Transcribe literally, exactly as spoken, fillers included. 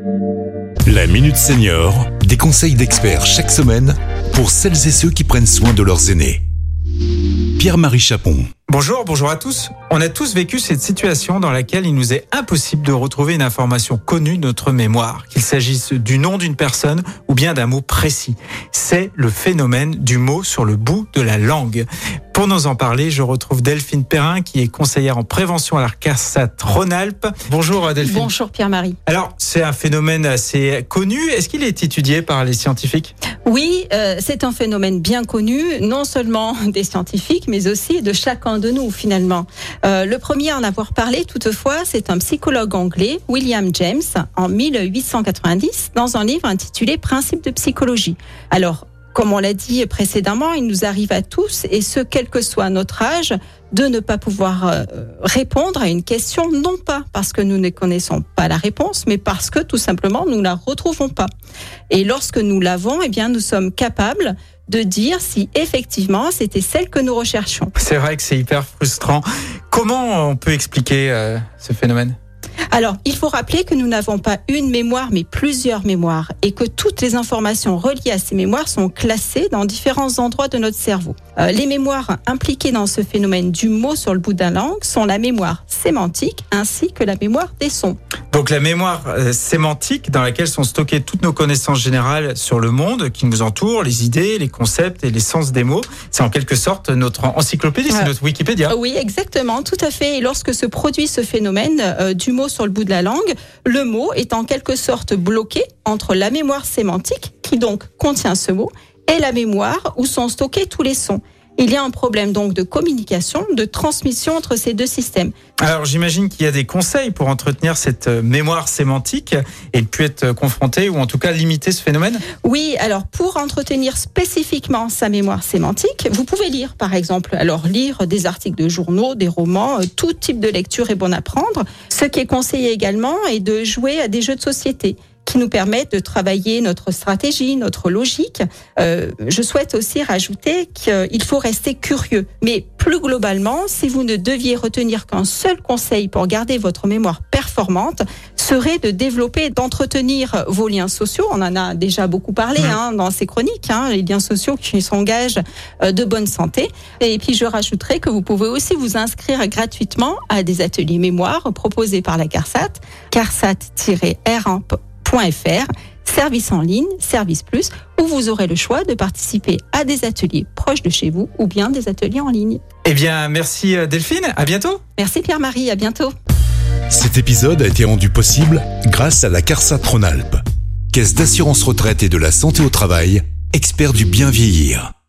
La Minute Senior, des conseils d'experts chaque semaine pour celles et ceux qui prennent soin de leurs aînés. Pierre-Marie Chapon. Bonjour, bonjour à tous. On a tous vécu cette situation dans laquelle il nous est impossible de retrouver une information connue de notre mémoire, qu'il s'agisse du nom d'une personne ou bien d'un mot précis. C'est le phénomène du mot sur le bout de la langue. Pour nous en parler, je retrouve Delphine Perrin, qui est conseillère en prévention à la CARSAT Rhône-Alpes. Bonjour Delphine. Bonjour Pierre-Marie. Alors, c'est un phénomène assez connu. Est-ce qu'il est étudié par les scientifiques ? Oui, euh, c'est un phénomène bien connu, non seulement des scientifiques, mais aussi de chacun de nous finalement. Euh, le premier à en avoir parlé, toutefois, c'est un psychologue anglais, William James, en mille huit cent quatre-vingt-dix, dans un livre intitulé Principes de psychologie. Alors, comme on l'a dit précédemment, il nous arrive à tous, et ce, quel que soit notre âge, de ne pas pouvoir euh, répondre à une question, non pas parce que nous ne connaissons pas la réponse, mais parce que tout simplement nous ne la retrouvons pas. Et lorsque nous l'avons, eh bien, nous sommes capables de dire si effectivement c'était celle que nous recherchions. C'est vrai que c'est hyper frustrant. Comment on peut expliquer euh, ce phénomène ? Alors, il faut rappeler que nous n'avons pas une mémoire, mais plusieurs mémoires, et que toutes les informations reliées à ces mémoires sont classées dans différents endroits de notre cerveau. Euh, les mémoires impliquées dans ce phénomène du mot sur le bout de la langue sont la mémoire sémantique ainsi que la mémoire des sons. Donc la mémoire euh, sémantique dans laquelle sont stockées toutes nos connaissances générales sur le monde qui nous entoure, les idées, les concepts et les sens des mots, c'est en quelque sorte notre encyclopédie, c'est notre Wikipédia. Oui, exactement, tout à fait. Et lorsque se produit ce phénomène euh, du mot sur le bout de la langue, le mot est en quelque sorte bloqué entre la mémoire sémantique, qui donc contient ce mot, et la mémoire où sont stockés tous les sons. Il y a un problème donc de communication, de transmission entre ces deux systèmes. Alors j'imagine qu'il y a des conseils pour entretenir cette mémoire sémantique et ne plus être confronté ou en tout cas limiter ce phénomène ? Oui, alors pour entretenir spécifiquement sa mémoire sémantique, vous pouvez lire par exemple, alors lire des articles de journaux, des romans, tout type de lecture est bon à prendre. Ce qui est conseillé également est de jouer à des jeux de société qui nous permettent de travailler notre stratégie, notre logique. Euh, je souhaite aussi rajouter qu'il faut rester curieux. Mais plus globalement, si vous ne deviez retenir qu'un seul conseil pour garder votre mémoire performante, serait de développer, d'entretenir vos liens sociaux. On en a déjà beaucoup parlé mmh. hein, dans ces chroniques, hein, les liens sociaux qui sont gage de bonne santé. Et puis je rajouterai que vous pouvez aussi vous inscrire gratuitement à des ateliers mémoire proposés par la CARSAT, carsat tiret r un point f r, service en ligne, service plus, où vous aurez le choix de participer à des ateliers proches de chez vous ou bien des ateliers en ligne. Eh bien, merci Delphine, à bientôt. Merci Pierre-Marie, à bientôt. Cet épisode a été rendu possible grâce à la CARSAT Rhône-Alpes, Caisse d'assurance retraite et de la santé au travail, expert du bien vieillir.